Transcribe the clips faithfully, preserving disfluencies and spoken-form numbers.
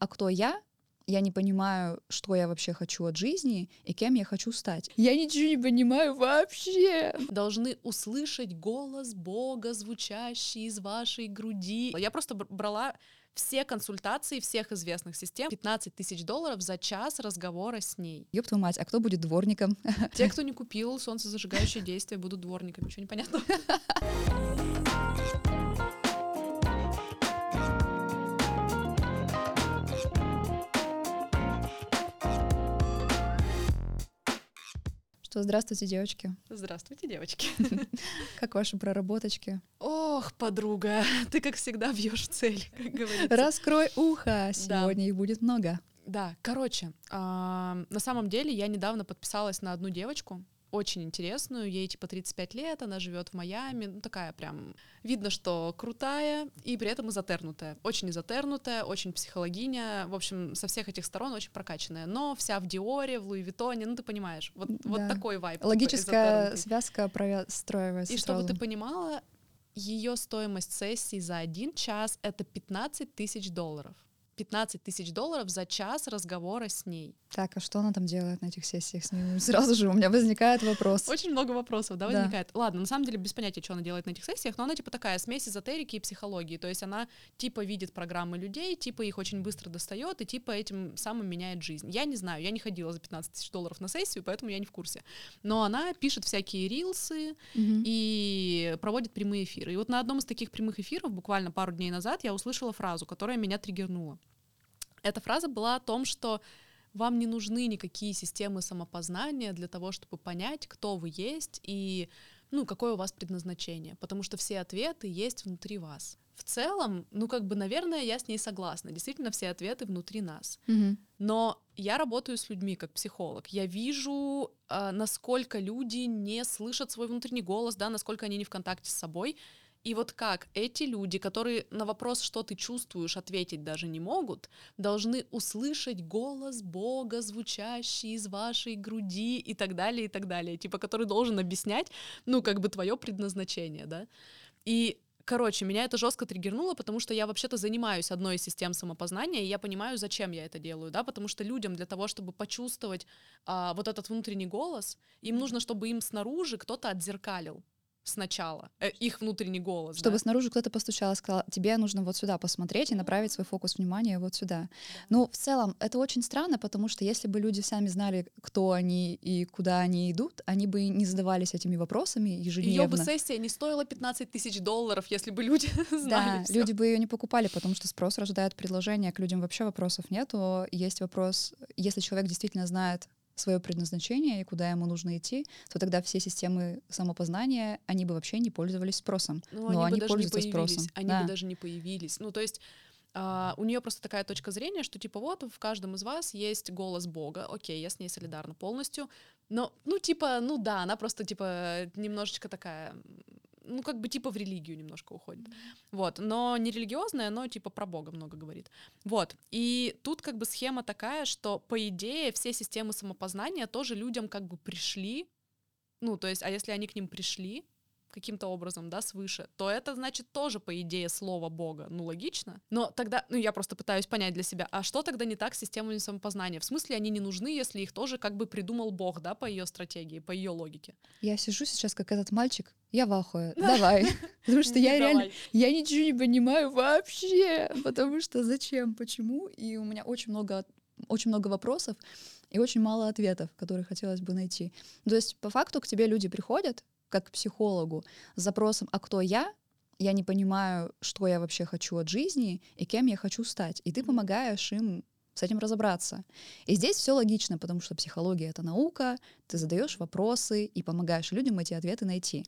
«А кто я?» Я не понимаю, что я вообще хочу от жизни и кем я хочу стать. Я ничего не понимаю вообще. Должны услышать голос Бога, звучащий из вашей груди. Я просто брала все консультации всех известных систем. пятнадцать тысяч долларов за час разговора с ней. Ёб твою мать, а кто будет дворником? Те, кто не купил солнцезажигающие действия, будут дворниками. Ничего не понятно. Что, здравствуйте, девочки. Здравствуйте, девочки. Как ваши проработочки? Ох, подруга, ты, как всегда, бьешь в цель, как говорится. Раскрой ухо, сегодня да. Их будет много. Да, короче, э, на самом деле я недавно подписалась на одну девочку, очень интересную, ей типа тридцать пять лет, она живет в Майами, ну такая прям, видно, что крутая и при этом эзотернутая, очень эзотернутая, очень психологиня, в общем, со всех этих сторон очень прокачанная, но вся в Диоре, в Луи Виттоне, ну ты понимаешь, вот, да. вот такой вайб. Логическая типа, связка простроивается. И чтобы ты понимала, ее стоимость сессии за один час — это пятнадцать тысяч долларов. пятнадцать тысяч долларов за час разговора с ней. Так, а что она там делает на этих сессиях с ней? Сразу же у меня возникает вопрос. Очень много вопросов, да, возникает. Да. Ладно, на самом деле без понятия, что она делает на этих сессиях, но она типа такая смесь эзотерики и психологии. То есть она типа видит программы людей, типа их очень быстро достает и типа этим самым меняет жизнь. Я не знаю, я не ходила за пятнадцать тысяч долларов на сессию, поэтому я не в курсе. Но она пишет всякие рилсы угу. и проводит прямые эфиры. И вот на одном из таких прямых эфиров буквально пару дней назад я услышала фразу, которая меня триггернула. Эта фраза была о том, что вам не нужны никакие системы самопознания для того, чтобы понять, кто вы есть и ну, какое у вас предназначение, потому что все ответы есть внутри вас. В целом, ну как бы, наверное, я с ней согласна. Действительно, все ответы внутри нас. Mm-hmm. Но я работаю с людьми как психолог. Я вижу, э, насколько люди не слышат свой внутренний голос, да, насколько они не в контакте с собой. И вот как эти люди, которые на вопрос, что ты чувствуешь, ответить даже не могут, должны услышать голос Бога, звучащий из вашей груди и так далее, и так далее, типа, который должен объяснять, ну, как бы твое предназначение, да. И, короче, меня это жестко триггернуло, потому что я вообще-то занимаюсь одной из систем самопознания, и я понимаю, зачем я это делаю, да, потому что людям для того, чтобы почувствовать а, вот этот внутренний голос, им нужно, чтобы им снаружи кто-то отзеркалил сначала, э, их внутренний голос. Чтобы да? снаружи кто-то постучал и сказал, тебе нужно вот сюда посмотреть и направить свой фокус внимания вот сюда. Да. Ну, в целом, это очень странно, потому что если бы люди сами знали, кто они и куда они идут, они бы не задавались этими вопросами ежедневно. Ее бы сессия не стоила пятнадцать тысяч долларов, если бы люди знали Да, всё. люди бы ее не покупали, потому что спрос рождает предложение, к людям вообще вопросов нету. Есть вопрос, если человек действительно знает свое предназначение и куда ему нужно идти, то тогда все системы самопознания, они бы вообще не пользовались спросом. Ну, Но они, они бы пользуются даже не появились. спросом. Они да. бы даже не появились. Ну, то есть Uh, у нее просто такая точка зрения, что типа вот в каждом из вас есть голос Бога, окей, я с ней солидарна полностью, но, ну, типа, ну да, она просто типа немножечко такая, ну, как бы типа в религию немножко уходит, mm-hmm. вот, но не религиозная, но типа про Бога много говорит, вот, и тут как бы схема такая, что по идее все системы самопознания тоже людям как бы пришли, ну, то есть, а если они к ним пришли каким-то образом, да, свыше, то это, значит, тоже, по идее, слово Бога. Ну, логично. Но тогда, ну, я просто пытаюсь понять для себя, а что тогда не так с системами самопознания? В смысле, они не нужны, если их тоже как бы придумал Бог, да, по ее стратегии, по ее логике? Я сижу сейчас, как этот мальчик, я в ахуе, давай. Потому что я реально, я ничего не понимаю вообще, потому что зачем, почему, и у меня очень много, очень много вопросов и очень мало ответов, которые хотелось бы найти. То есть, по факту, к тебе люди приходят, как к психологу, с запросом «а кто я?», я не понимаю, что я вообще хочу от жизни и кем я хочу стать. И ты помогаешь им с этим разобраться. И здесь все логично, потому что психология — это наука, ты задаешь вопросы и помогаешь людям эти ответы найти.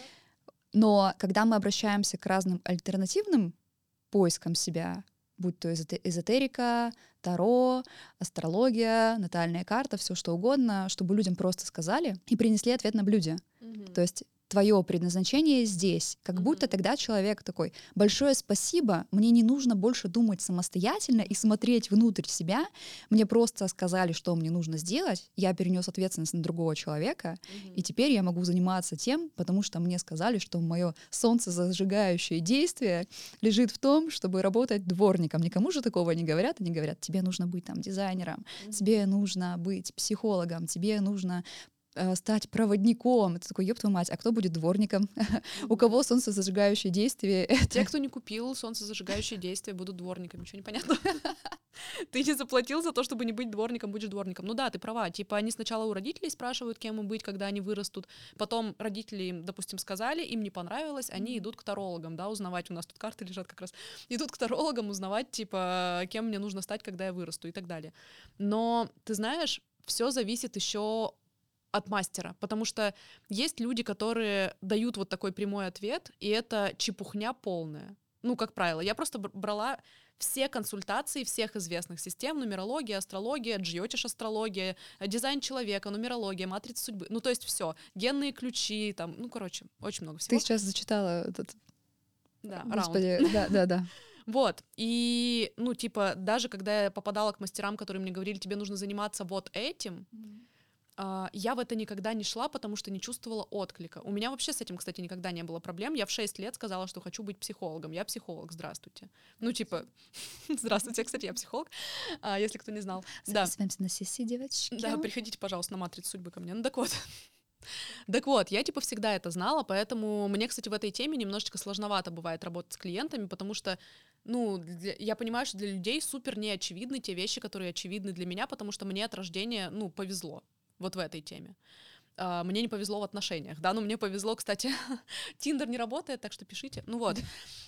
Но когда мы обращаемся к разным альтернативным поискам себя, будь то эзотерика, таро, астрология, натальная карта, все что угодно, чтобы людям просто сказали и принесли ответ на блюде. Mm-hmm. То есть твое предназначение здесь. Как mm-hmm. будто тогда человек такой: большое спасибо, мне не нужно больше думать самостоятельно и смотреть внутрь себя, мне просто сказали, что мне нужно сделать, я перенес ответственность на другого человека, mm-hmm. и теперь я могу заниматься тем, потому что мне сказали, что мое солнцезажигающее действие лежит в том, чтобы работать дворником. Никому же такого не говорят, они говорят: тебе нужно быть там дизайнером, mm-hmm. тебе нужно быть психологом, тебе нужно стать проводником. Это такой: ёб твою мать, а кто будет дворником? Mm-hmm. У кого солнцезажигающее действие? Это... Те, кто не купил солнцезажигающее действие, будут дворниками. Ничего не понятно. Ты не заплатил за то, чтобы не быть дворником, будешь дворником. Ну да, ты права. Типа они сначала у родителей спрашивают, кем им быть, когда они вырастут. Потом родители им, допустим, сказали, им не понравилось, они идут к тарологам, да, узнавать. У нас тут карты лежат как раз. Идут к тарологам узнавать, типа, кем мне нужно стать, когда я вырасту и так далее. Но, ты знаешь, все зависит еще от мастера, потому что есть люди, которые дают вот такой прямой ответ, и это чепухня полная. Ну, как правило, я просто брала все консультации всех известных систем: нумерология, астрология, джиотиш астрология, дизайн человека, нумерология, матрица судьбы, ну, то есть все, генные ключи, там, ну, короче, очень много всего. Ты сейчас зачитала этот... Да, Господи, раунд. Да, да, да. Вот, и, ну, типа, даже когда я попадала к мастерам, которые мне говорили: тебе нужно заниматься вот этим, Uh, я в это никогда не шла, потому что не чувствовала отклика. У меня вообще с этим, кстати, никогда не было проблем. Я в шесть лет сказала, что хочу быть психологом. Я психолог, здравствуйте. Ну, типа, здравствуйте, кстати, я психолог, uh, если кто не знал. Записываемся на сессии, девочки. Да, приходите, пожалуйста, на матрицу судьбы ко мне. Ну, так вот. Так вот, я, типа, всегда это знала, поэтому мне, кстати, в этой теме немножечко сложновато бывает работать с клиентами, потому что, ну, для, я понимаю, что для людей супер неочевидны те вещи, которые очевидны для меня, потому что мне от рождения, ну, повезло. Вот в этой теме. Uh, мне не повезло в отношениях, да, но мне повезло, кстати, Тиндер не работает, так что пишите. Ну вот.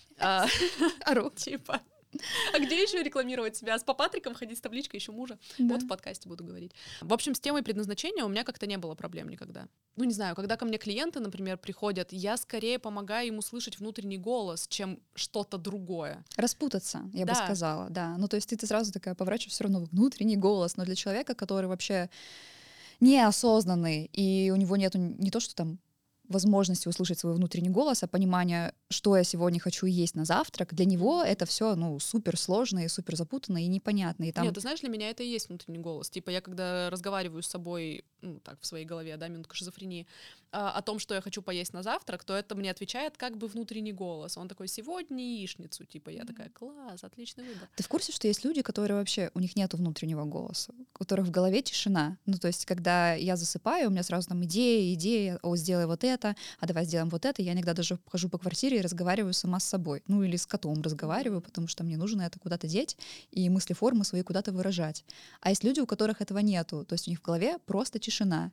Ору. Типа. А где еще рекламировать себя? С Папатриком ходить с табличкой, еще мужа. Да. Вот в подкасте буду говорить. В общем, с темой предназначения у меня как-то не было проблем никогда. Ну, не знаю, когда ко мне клиенты, например, приходят, я скорее помогаю им услышать внутренний голос, чем что-то другое. Распутаться, я да. бы сказала, да. Ну, то есть ты, ты сразу такая поворачиваешь все равно внутренний голос, но для человека, который вообще неосознанный, и у него нету не то, что там возможности услышать свой внутренний голос, а понимание, что я сегодня хочу есть на завтрак, для него это все, ну, супер сложно и супер запутанно и непонятно. И там... Нет, ты знаешь, для меня это и есть внутренний голос. Типа я когда разговариваю с собой, ну, так, в своей голове, да, минутка шизофрении, а, о том, что я хочу поесть на завтрак, то это мне отвечает как бы внутренний голос. Он такой: сегодня яичницу. Типа я такая: класс, отличный выбор. Ты в курсе, что есть люди, которые вообще, у них нету внутреннего голоса, у которых в голове тишина? Ну, то есть, когда я засыпаю, у меня сразу там идея, идея, о, сделай вот это, а давай сделаем вот это. Я иногда даже хожу по квартире и разговариваю сама с собой. Ну, или с котом разговариваю, потому что мне нужно это куда-то деть и мысли-формы свои куда-то выражать. А есть люди, у которых этого нету. То есть у них в голове просто тишина.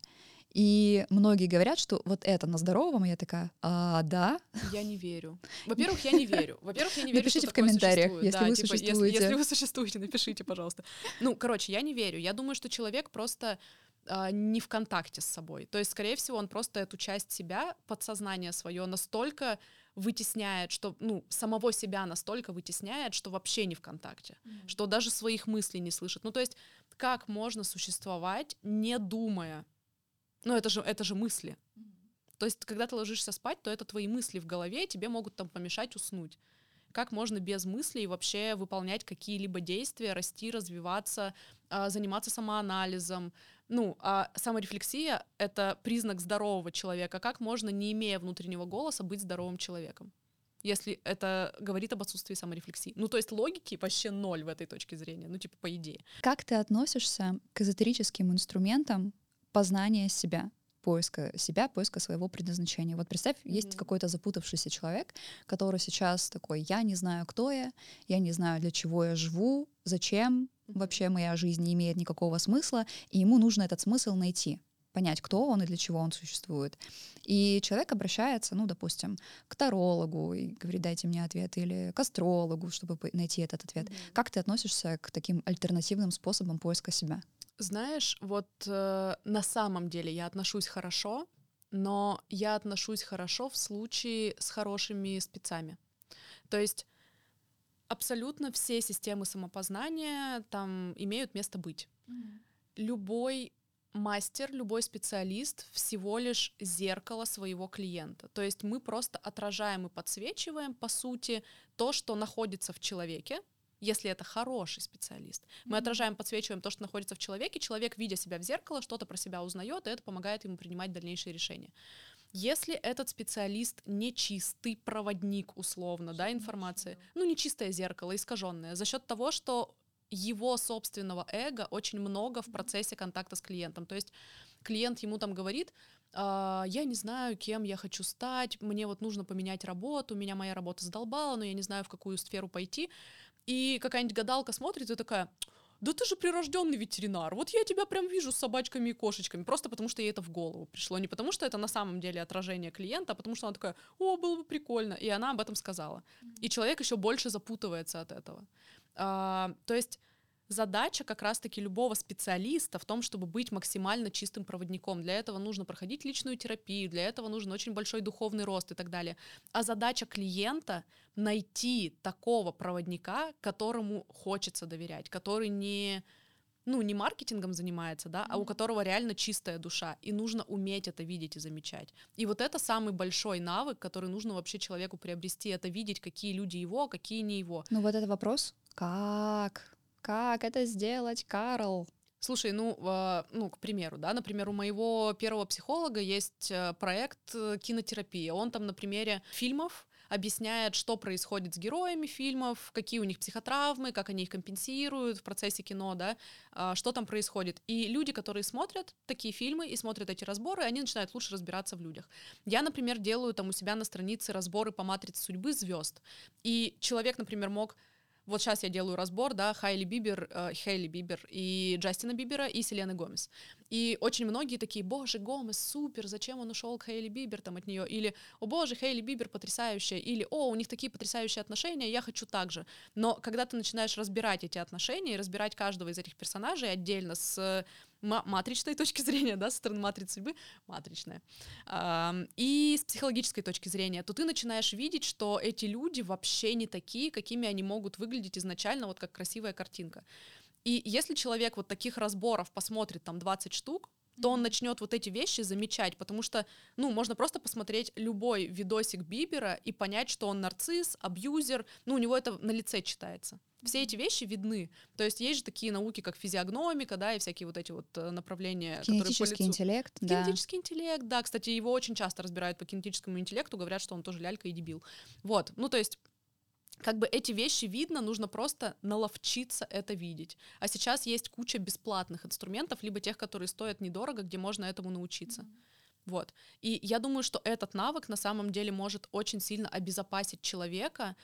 И многие говорят, что вот это на здоровом, и я такая: а, да. Я не верю. Во-первых, я не верю. Во-первых, я не верю, напишите что в комментариях, существует. если да, вы типа, существуете. Если, если вы существуете, напишите, пожалуйста. Ну, короче, я не верю. Я думаю, что человек просто а, не в контакте с собой. То есть, скорее всего, он просто эту часть себя, подсознание свое, настолько вытесняет, что, ну, самого себя настолько вытесняет, что вообще не в контакте, mm-hmm. что даже своих мыслей не слышит. Ну, то есть, как можно существовать, не думая? Ну, это же, это же мысли. Mm-hmm. То есть, когда ты ложишься спать, то это твои мысли в голове, и тебе могут там помешать уснуть. Как можно без мыслей вообще выполнять какие-либо действия, расти, развиваться, заниматься самоанализом? Ну, а саморефлексия — это признак здорового человека. Как можно, не имея внутреннего голоса, быть здоровым человеком, если это говорит об отсутствии саморефлексии? Ну, то есть логики вообще ноль в этой точке зрения, ну, типа, по идее. Как ты относишься к эзотерическим инструментам познания себя, поиска себя, поиска своего предназначения? Вот представь, mm-hmm. есть какой-то запутавшийся человек, который сейчас такой: я не знаю, кто я, я не знаю, для чего я живу, зачем mm-hmm. вообще моя жизнь не имеет никакого смысла, и ему нужно этот смысл найти, понять, кто он и для чего он существует. И человек обращается, ну, допустим, к тарологу и говорит: дайте мне ответ, или к астрологу, чтобы найти этот ответ. Mm-hmm. Как ты относишься к таким альтернативным способам поиска себя? Знаешь, вот э, на самом деле я отношусь хорошо, но я отношусь хорошо в случае с хорошими спецами. То есть абсолютно все системы самопознания там имеют место быть. Mm-hmm. Любой мастер, любой специалист всего лишь зеркало своего клиента. То есть мы просто отражаем и подсвечиваем, по сути, то, что находится в человеке, если это хороший специалист. Mm-hmm. Мы отражаем, подсвечиваем то, что находится в человеке, человек, видя себя в зеркало, что-то про себя узнает, и это помогает ему принимать дальнейшие решения. Если этот специалист не чистый проводник, условно, да, информации, ну, не чистое зеркало, искаженное, за счет того, что его собственного эго очень много в процессе контакта с клиентом. То есть клиент ему там говорит: а, я не знаю, кем я хочу стать, мне вот нужно поменять работу, меня моя работа задолбала, но я не знаю, в какую сферу пойти. И какая-нибудь гадалка смотрит и такая: да ты же прирожденный ветеринар, вот я тебя прям вижу с собачками и кошечками, просто потому что ей это в голову пришло, не потому что это на самом деле отражение клиента, а потому что она такая: о, было бы прикольно, и она об этом сказала. Mm-hmm. И человек еще больше запутывается от этого. А, то есть задача как раз-таки любого специалиста в том, чтобы быть максимально чистым проводником. Для этого нужно проходить личную терапию, для этого нужен очень большой духовный рост и так далее. А задача клиента — найти такого проводника, которому хочется доверять, который не, ну, не маркетингом занимается, да, mm-hmm. а у которого реально чистая душа. И нужно уметь это видеть и замечать. И вот это самый большой навык, который нужно вообще человеку приобрести, это видеть, какие люди его, а какие не его. Ну вот это вопрос. Как? Как это сделать, Карл? Слушай, ну, э, ну, к примеру, да, например, у моего первого психолога есть проект кинотерапия. Он там на примере фильмов объясняет, что происходит с героями фильмов, какие у них психотравмы, как они их компенсируют в процессе кино, да, э, что там происходит. И люди, которые смотрят такие фильмы и смотрят эти разборы, они начинают лучше разбираться в людях. Я, например, делаю там у себя на странице разборы по матрице судьбы звезд. И человек, например, мог... Вот сейчас я делаю разбор, да, Хайли Бибер, э, Хейли Бибер и Джастина Бибера и Селены Гомес. И очень многие такие: боже, Гомес, супер, зачем он ушел к Хейли Бибер там от нее? Или: о боже, Хейли Бибер потрясающая. Или: о, у них такие потрясающие отношения, я хочу так же. Но когда ты начинаешь разбирать эти отношения и разбирать каждого из этих персонажей отдельно с матричной точки зрения, да, со стороны матрицы судьбы, матричная, и с психологической точки зрения, то ты начинаешь видеть, что эти люди вообще не такие, какими они могут выглядеть изначально, вот как красивая картинка. И если человек вот таких разборов посмотрит там двадцать штук, то он начнет вот эти вещи замечать, потому что, ну, можно просто посмотреть любой видосик Бибера и понять, что он нарцисс, абьюзер, ну, у него это на лице читается. Все эти вещи видны. То есть есть же такие науки, как физиогномика, да, и всякие вот эти вот направления, которые по лицу. Кинетический интеллект, да. Кинетический интеллект, да. Кстати, его очень часто разбирают по кинетическому интеллекту, говорят, что он тоже лялька и дебил. Вот, ну, то есть как бы эти вещи видно, нужно просто наловчиться это видеть. А сейчас есть куча бесплатных инструментов, либо тех, которые стоят недорого, где можно этому научиться. Mm-hmm. Вот. И я думаю, что этот навык на самом деле может очень сильно обезопасить человека,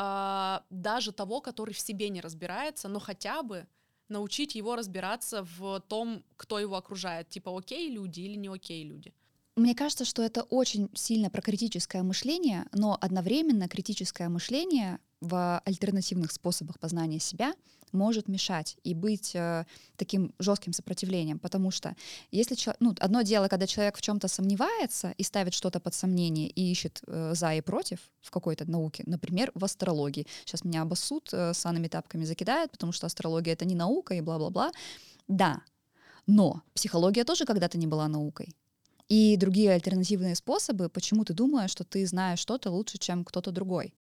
а, даже того, который в себе не разбирается, но хотя бы научить его разбираться в том, кто его окружает. Типа, окей люди или не окей люди. Мне кажется, что это очень сильно про критическое мышление, но одновременно критическое мышление в альтернативных способах познания себя может мешать и быть э, таким жестким сопротивлением, потому что если чел- ну, одно дело, когда человек в чем-то сомневается и ставит что-то под сомнение и ищет э, за и против в какой-то науке, например, в астрологии. Сейчас меня обоссут, э, санными тапками закидают, потому что астрология — это не наука и бла-бла-бла. Да, но психология тоже когда-то не была наукой. И другие альтернативные способы, почему ты думаешь, что ты знаешь что-то лучше, чем кто-то другой.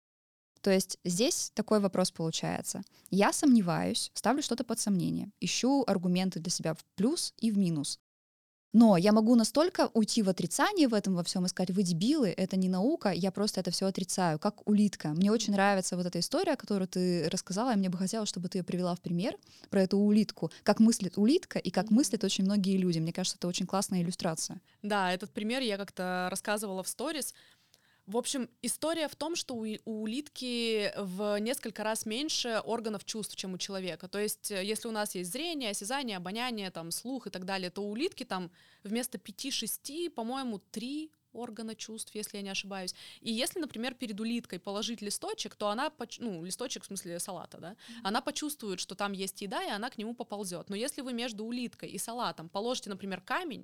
То есть здесь такой вопрос получается. Я сомневаюсь, ставлю что-то под сомнение, ищу аргументы для себя в плюс и в минус. Но я могу настолько уйти в отрицание в этом во всем и сказать: вы дебилы, это не наука, я просто это все отрицаю, как улитка. Мне очень нравится вот эта история, которую ты рассказала, и мне бы хотелось, чтобы ты ее привела в пример, про эту улитку, как мыслит улитка и как мыслят очень многие люди. Мне кажется, это очень классная иллюстрация. Да, этот пример я как-то рассказывала в сторис. В общем, история в том, что у, у улитки в несколько раз меньше органов чувств, чем у человека. То есть, если у нас есть зрение, осязание, обоняние, там, слух и так далее, то у улитки там вместо пяти-шести, по-моему, три органа чувств, если я не ошибаюсь. И если, например, перед улиткой положить листочек, то она, ну, листочек в смысле салата, да, mm-hmm. она почувствует, что там есть еда, и она к нему поползет. Но если вы между улиткой и салатом положите, например, камень,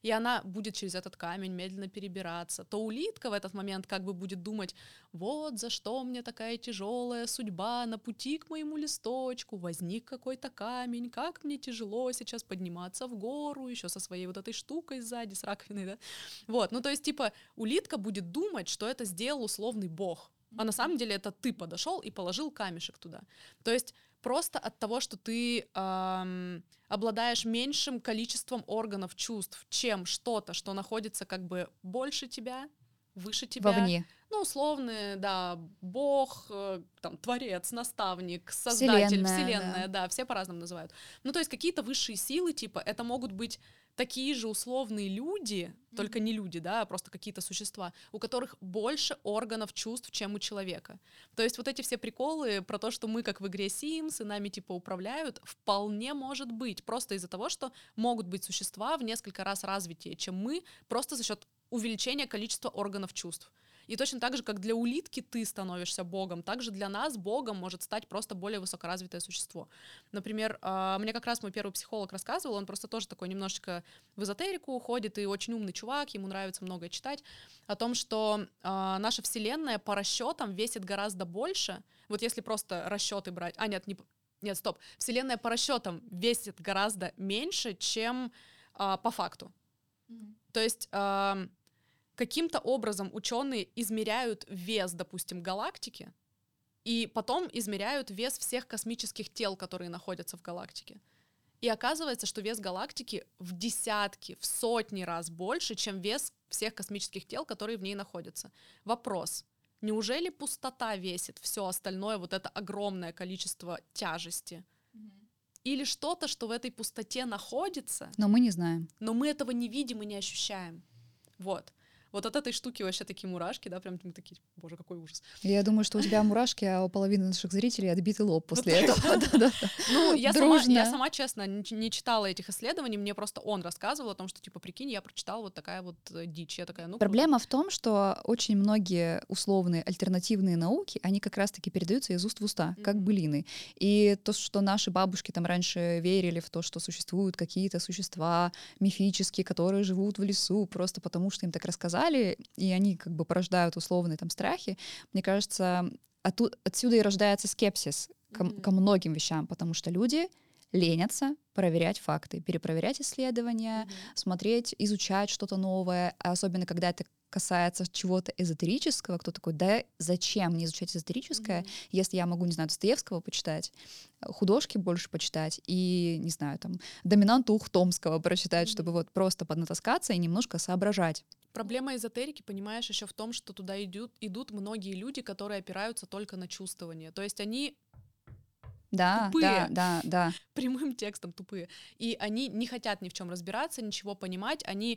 и она будет через этот камень медленно перебираться, то улитка в этот момент как бы будет думать: вот за что мне такая тяжелая судьба, на пути к моему листочку возник какой-то камень, как мне тяжело сейчас подниматься в гору, еще со своей вот этой штукой сзади, с раковиной, да. Вот, ну то есть типа улитка будет думать, что это сделал условный бог, а на самом деле это ты подошел и положил камешек туда. То есть просто от того, что ты эм, обладаешь меньшим количеством органов чувств, чем что-то, что находится как бы больше тебя, выше тебя. Вовне. Ну, условно, да, бог, э, там, творец, наставник, создатель, Вселенная, вселенная, да. да, все по-разному называют. Ну, то есть какие-то высшие силы, типа, это могут быть такие же условные люди, mm-hmm. только не люди, да, а просто какие-то существа, у которых больше органов чувств, чем у человека. То есть вот эти все приколы про то, что мы как в игре Sims, и нами типа управляют, вполне может быть, просто из-за того, что могут быть существа в несколько раз развитее, чем мы, просто за счет увеличения количества органов чувств. И точно так же, как для улитки ты становишься богом, так же для нас богом может стать просто более высокоразвитое существо. Например, мне как раз мой первый психолог рассказывал, он просто тоже такой немножечко в эзотерику уходит, и очень умный чувак, ему нравится многое читать, о том, что наша Вселенная по расчетам весит гораздо больше. Вот если просто расчеты брать... А, нет, не... нет, стоп. Вселенная по расчетам весит гораздо меньше, чем а, по факту. Mm-hmm. То есть... А, каким-то образом ученые измеряют вес, допустим, галактики, и потом измеряют вес всех космических тел, которые находятся в галактике. И оказывается, что вес галактики в десятки, в сотни раз больше, чем вес всех космических тел, которые в ней находятся. Вопрос: неужели пустота весит все остальное, вот это огромное количество тяжести? Mm-hmm. Или что-то, что в этой пустоте находится, но мы не знаем. Но мы этого не видим и не ощущаем. Вот. Вот от этой штуки вообще такие мурашки, да, прям мы такие: боже, какой ужас. Я думаю, что у тебя мурашки, а у половины наших зрителей отбитый лоб после этого. Ну, я сама, честно, не читала этих исследований, мне просто он рассказывал о том, что, типа, прикинь, я прочитала вот такая вот дичь. Я такая, ну... Проблема в том, что очень многие условные альтернативные науки, они как раз-таки передаются из уст в уста, как былины. И то, что наши бабушки там раньше верили в то, что существуют какие-то существа мифические, которые живут в лесу просто потому, что им так рассказали, и они как бы порождают условные там страхи, мне кажется, оту- отсюда и рождается скепсис к, mm-hmm. ко многим вещам, потому что люди ленятся проверять факты, перепроверять исследования, mm-hmm. смотреть, изучать что-то новое, а особенно когда это касается чего-то эзотерического, кто такой: да зачем мне изучать эзотерическое, mm-hmm. если я могу, не знаю, Достоевского почитать, художки больше почитать и, не знаю, там, доминанту Ухтомского прочитать, mm-hmm. чтобы вот просто поднатаскаться и немножко соображать. Проблема эзотерики, понимаешь, еще в том, что туда идут, идут многие люди, которые опираются только на чувствование. То есть они да, тупые, да, да, да. прямым текстом тупые. И они не хотят ни в чем разбираться, ничего понимать. Они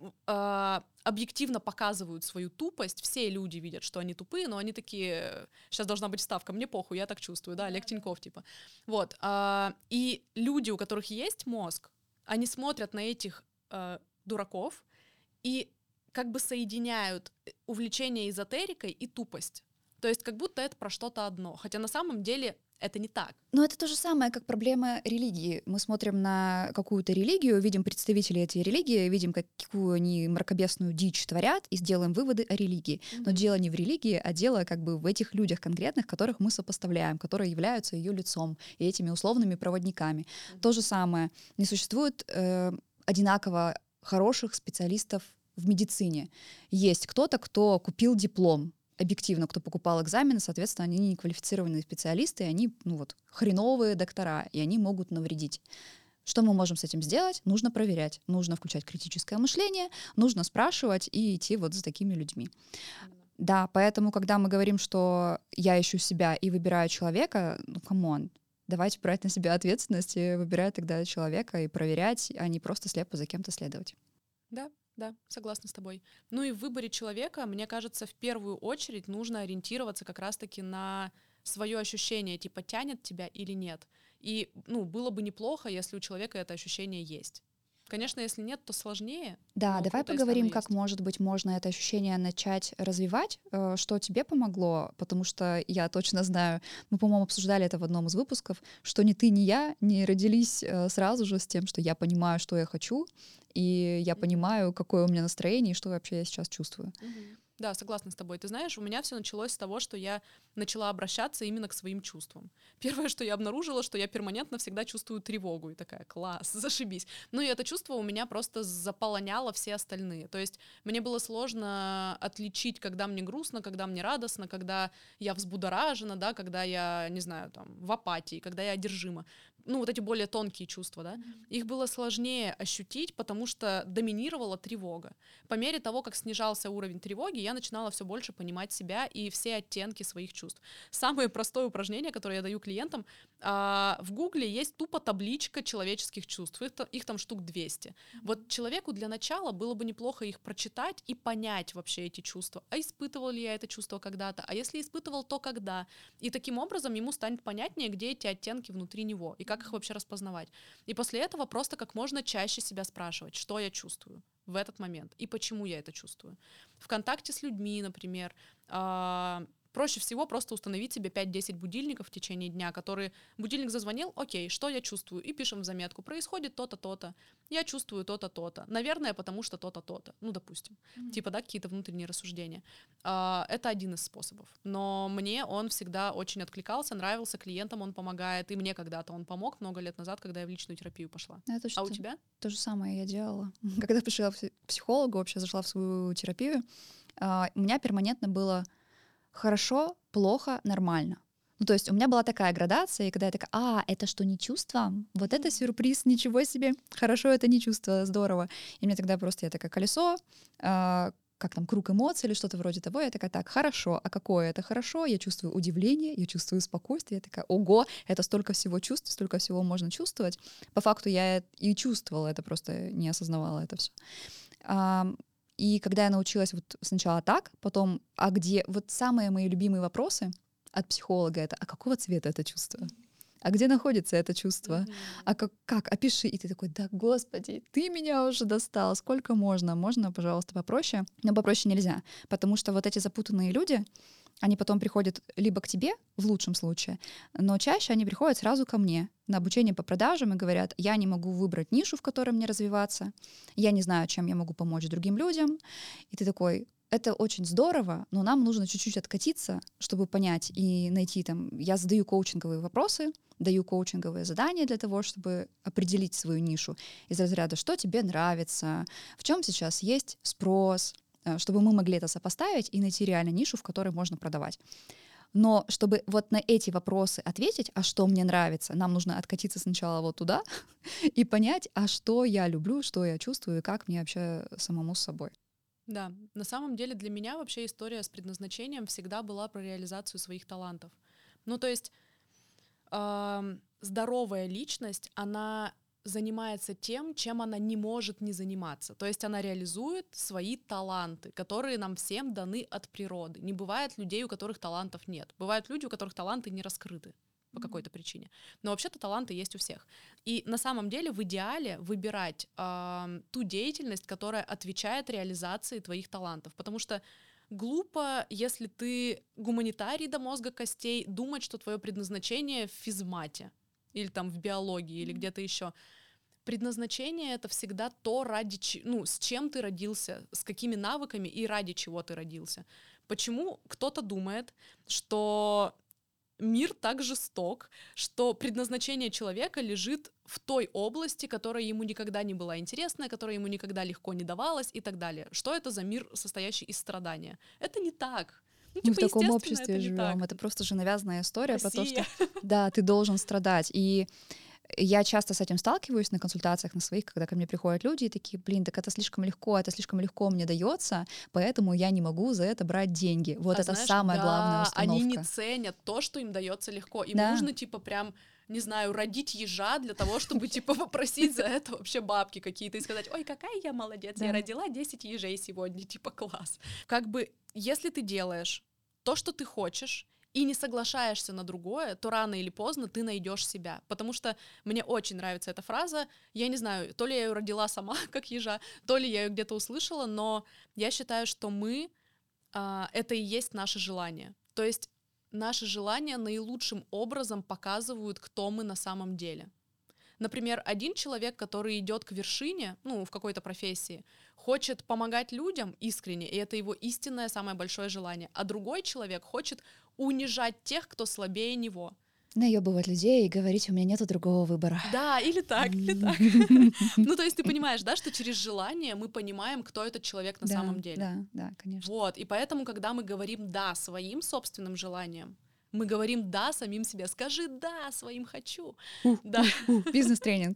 э, объективно показывают свою тупость. Все люди видят, что они тупые, но они такие: сейчас должна быть вставка, мне похуй, я так чувствую, да, Олег Тиньков, типа. Вот. Э, и люди, у которых есть мозг, они смотрят на этих э, дураков и как бы соединяют увлечение эзотерикой и тупость. То есть как будто это про что-то одно. Хотя на самом деле это не так. Но это то же самое, как проблема религии. Мы смотрим на какую-то религию, видим представителей этой религии, видим, какую они мракобесную дичь творят, и сделаем выводы о религии. Mm-hmm. Но дело не в религии, а дело как бы в этих людях конкретных, которых мы сопоставляем, которые являются ее лицом и этими условными проводниками. Mm-hmm. То же самое. Не существует э, одинаково хороших специалистов в медицине. Есть кто-то, кто купил диплом, объективно, кто покупал экзамены, соответственно, они не квалифицированные специалисты, и они, ну вот, хреновые доктора, и они могут навредить. Что мы можем с этим сделать? Нужно проверять, нужно включать критическое мышление, нужно спрашивать и идти вот за такими людьми. Mm-hmm. Да, поэтому, когда мы говорим, что я ищу себя и выбираю человека, ну, камон, давайте брать на себя ответственность и выбирать тогда человека и проверять, а не просто слепо за кем-то следовать. Да. Да, согласна с тобой. Ну и в выборе человека, мне кажется, в первую очередь нужно ориентироваться как раз-таки на свое ощущение, типа, тянет тебя или нет. И, ну, было бы неплохо, если у человека это ощущение есть. Конечно, если нет, то сложнее. Да, давай поговорим, как, может быть, можно это ощущение начать развивать, что тебе помогло, потому что я точно знаю, мы, по-моему, обсуждали это в одном из выпусков, что ни ты, ни я не родились сразу же с тем, что я понимаю, что я хочу, и я понимаю, какое у меня настроение и что вообще я сейчас чувствую. Mm-hmm. Да, согласна с тобой. Ты знаешь, у меня все началось с того, что я начала обращаться именно к своим чувствам. Первое, что я обнаружила, что я перманентно всегда чувствую тревогу. И такая, класс, зашибись. Ну и это чувство у меня просто заполоняло все остальные. То есть мне было сложно отличить, когда мне грустно, когда мне радостно, когда я взбудоражена, да, когда я, не знаю, там, в апатии, когда я одержима. Ну, вот эти более тонкие чувства, да, mm-hmm. их было сложнее ощутить, потому что доминировала тревога. По мере того, как снижался уровень тревоги, я начинала все больше понимать себя и все оттенки своих чувств. Самое простое упражнение, которое я даю клиентам, а, в Гугле есть тупо табличка человеческих чувств, их, их там штук двести. Mm-hmm. Вот человеку для начала было бы неплохо их прочитать и понять вообще эти чувства. А испытывал ли я это чувство когда-то? А если испытывал, то когда? И таким образом ему станет понятнее, где эти оттенки внутри него, и как их вообще распознавать. И после этого просто как можно чаще себя спрашивать, что я чувствую в этот момент и почему я это чувствую. В контакте с людьми, например, э- проще всего просто установить себе пять-десять будильников в течение дня, которые... Будильник зазвонил, окей, что я чувствую? И пишем в заметку, происходит то-то, то-то, я чувствую то-то, то-то, наверное, потому что то-то, то-то, ну, допустим. Mm-hmm. Типа, да, какие-то внутренние рассуждения. А, это один из способов. Но мне он всегда очень откликался, нравился, клиентам он помогает, и мне когда-то он помог много лет назад, когда я в личную терапию пошла. Это а у тебя? То же самое я делала. Когда пришла к психологу, вообще зашла в свою терапию, у меня перманентно было хорошо, плохо, нормально. Ну, то есть у меня была такая градация, и когда я такая, а, это что, не чувство? Вот это сюрприз, ничего себе. Хорошо, это не чувство, здорово. И мне тогда просто, я такая, колесо, э, как там, круг эмоций или что-то вроде того. Я такая, так, хорошо. А какое это хорошо? Я чувствую удивление, я чувствую спокойствие. Я такая, ого, это столько всего чувств, столько всего можно чувствовать. По факту я и чувствовала это, просто не осознавала это все. И когда я научилась вот сначала так, потом, а где... Вот самые мои любимые вопросы от психолога — это, а какого цвета это чувство? А где находится это чувство? Mm-hmm. А как, как? Опиши. И ты такой, да, господи, ты меня уже достал. Сколько можно? Можно, пожалуйста, попроще? Но попроще нельзя. Потому что вот эти запутанные люди, они потом приходят либо к тебе, в лучшем случае, но чаще они приходят сразу ко мне на обучение по продажам и говорят, я не могу выбрать нишу, в которой мне развиваться, я не знаю, чем я могу помочь другим людям. И ты такой, это очень здорово, но нам нужно чуть-чуть откатиться, чтобы понять и найти там... Я задаю коучинговые вопросы, даю коучинговые задания для того, чтобы определить свою нишу из разряда, что тебе нравится, в чем сейчас есть спрос, чтобы мы могли это сопоставить и найти реально нишу, в которой можно продавать. Но чтобы вот на эти вопросы ответить, а что мне нравится, нам нужно откатиться сначала вот туда и понять, а что я люблю, что я чувствую и как мне вообще самому с собой. Да, на самом деле для меня вообще история с предназначением всегда была про реализацию своих талантов. Ну, то есть э, здоровая личность, она занимается тем, чем она не может не заниматься. То есть она реализует свои таланты, которые нам всем даны от природы. Не бывает людей, у которых талантов нет. Бывают люди, у которых таланты не раскрыты по mm-hmm. какой-то причине. Но вообще-то таланты есть у всех. И на самом деле в идеале выбирать э, ту деятельность, которая отвечает реализации твоих талантов. Потому что глупо, если ты гуманитарий до мозга костей, думать, что твое предназначение в физмате или там в биологии, mm-hmm. или где-то еще. Предназначение — это всегда то, ради ч... ну, с чем ты родился, с какими навыками и ради чего ты родился. Почему кто-то думает, что мир так жесток, что предназначение человека лежит в той области, которая ему никогда не была интересна, которая ему никогда легко не давалась и так далее. Что это за мир, состоящий из страдания? Это не так. Ну, Мы типа, в таком обществе живем. Это просто же навязанная история про то, что да, ты должен страдать. И я часто с этим сталкиваюсь на консультациях на своих, когда ко мне приходят люди и такие, блин, так это слишком легко, это слишком легко мне дается, поэтому я не могу за это брать деньги. Вот а это знаешь, самая да, главная установка. Они не ценят то, что им дается легко. Им да. нужно, типа, прям, не знаю, родить ежа для того, чтобы, типа, попросить за это вообще бабки какие-то и сказать, ой, какая я молодец, я родила десять ежей сегодня, типа, класс. Как бы, если ты делаешь то, что ты хочешь, и не соглашаешься на другое, то рано или поздно ты найдешь себя. Потому что мне очень нравится эта фраза. Я не знаю, то ли я ее родила сама, как ежа, то ли я ее где-то услышала, но я считаю, что мы а, — это и есть наше желание. То есть наши желания наилучшим образом показывают, кто мы на самом деле. Например, один человек, который идет к вершине, ну, в какой-то профессии, хочет помогать людям искренне, и это его истинное самое большое желание. А другой человек хочет унижать тех, кто слабее него. Наебывать людей и говорить, у меня нету другого выбора. Да, или так, или так. Ну, то есть ты понимаешь, да, что через желание мы понимаем, кто этот человек на самом деле. Да, да, конечно. Вот, и поэтому, когда мы говорим «да» своим собственным желаниям, мы говорим «да» самим себе. Скажи «да» своим «хочу». Uh, да. uh, uh, бизнес-тренинг.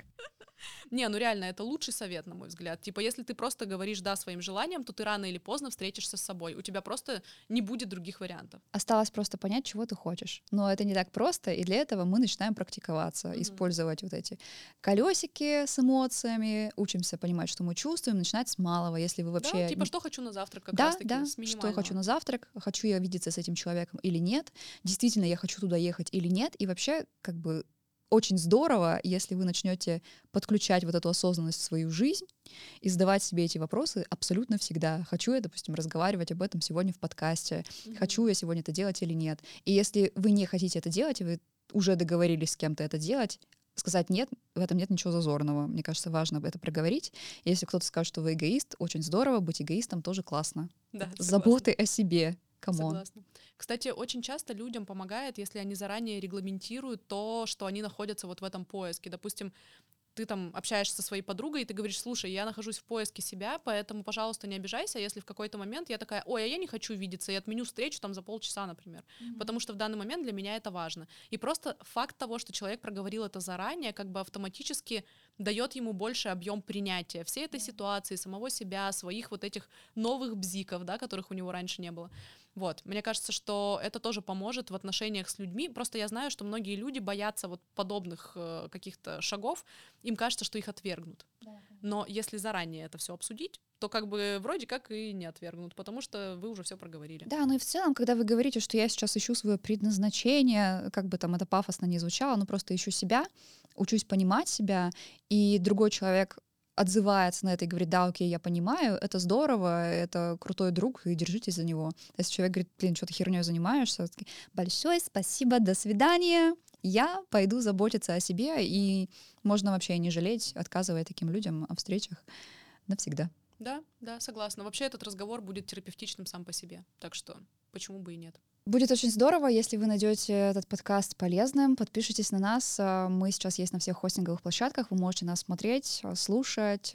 Не, ну реально, это лучший совет, на мой взгляд. Типа, если ты просто говоришь «да» своим желаниям, то ты рано или поздно встретишься с собой. У тебя просто не будет других вариантов. Осталось просто понять, чего ты хочешь. Но это не так просто, и для этого мы начинаем практиковаться, Mm-hmm. использовать вот эти колесики с эмоциями, учимся понимать, что мы чувствуем, начинать с малого, если вы вообще... Да, типа, что хочу на завтрак, как да, раз таки, да, с минимального. что хочу на завтрак, хочу я видеться с этим человеком или нет, действительно я хочу туда ехать или нет, и вообще как бы очень здорово, если вы начнете подключать вот эту осознанность в свою жизнь и задавать себе эти вопросы абсолютно всегда. Хочу я, допустим, разговаривать об этом сегодня в подкасте, mm-hmm. хочу я сегодня это делать или нет. И если вы не хотите это делать, и вы уже договорились с кем-то это делать, сказать «нет», в этом нет ничего зазорного. Мне кажется, важно это проговорить. Если кто-то скажет, что вы эгоист, очень здорово, быть эгоистом тоже классно. Да, заботы о себе. Камон. Согласна. Кстати, очень часто людям помогает, если они заранее регламентируют то, что они находятся вот в этом поиске. Допустим, ты там общаешься со своей подругой, и ты говоришь: слушай, я нахожусь в поиске себя, поэтому, пожалуйста, не обижайся, если в какой-то момент я такая: ой, а я не хочу видеться, и отменю встречу там за полчаса, например, mm-hmm. потому что в данный момент для меня это важно. И просто факт того, что человек проговорил это заранее, как бы автоматически дает ему больше объем принятия всей этой mm-hmm. ситуации, самого себя, своих вот этих новых бзиков, да, которых у него раньше не было. Вот, мне кажется, что это тоже поможет в отношениях с людьми. Просто я знаю, что многие люди боятся вот подобных э, каких-то шагов. Им кажется, что их отвергнут. Да. Но если заранее это все обсудить, то как бы вроде как и не отвергнут, потому что вы уже все проговорили. Да, ну и в целом, когда вы говорите, что я сейчас ищу свое предназначение, как бы там это пафосно не звучало, но просто ищу себя, учусь понимать себя, и другой человек отзывается на это и говорит: да, окей, я понимаю, это здорово, это крутой друг, и держитесь за него. Если человек говорит: блин, что ты херней занимаешься, такие: большое спасибо, до свидания, я пойду заботиться о себе, и можно вообще не жалеть, отказывая таким людям о встречах навсегда. Да, да, согласна. Вообще этот разговор будет терапевтичным сам по себе, так что почему бы и нет. Будет очень здорово, если вы найдете этот подкаст полезным. Подпишитесь на нас. Мы сейчас есть на всех хостинговых площадках. Вы можете нас смотреть, слушать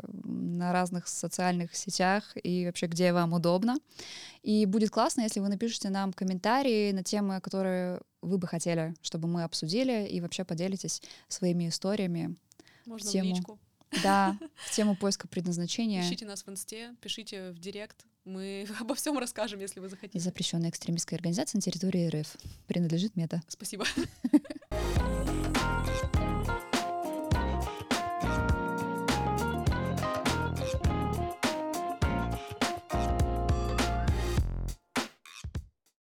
на разных социальных сетях и вообще где вам удобно. И будет классно, если вы напишите нам комментарии на темы, которые вы бы хотели, чтобы мы обсудили, и вообще поделитесь своими историями. Можно в тему... в личку. Да, в тему поиска предназначения. Пишите нас в инсте, пишите в директ. Мы обо всем расскажем, если вы захотите. Запрещенная экстремистская организация на территории эр эф. Принадлежит Мета. Спасибо.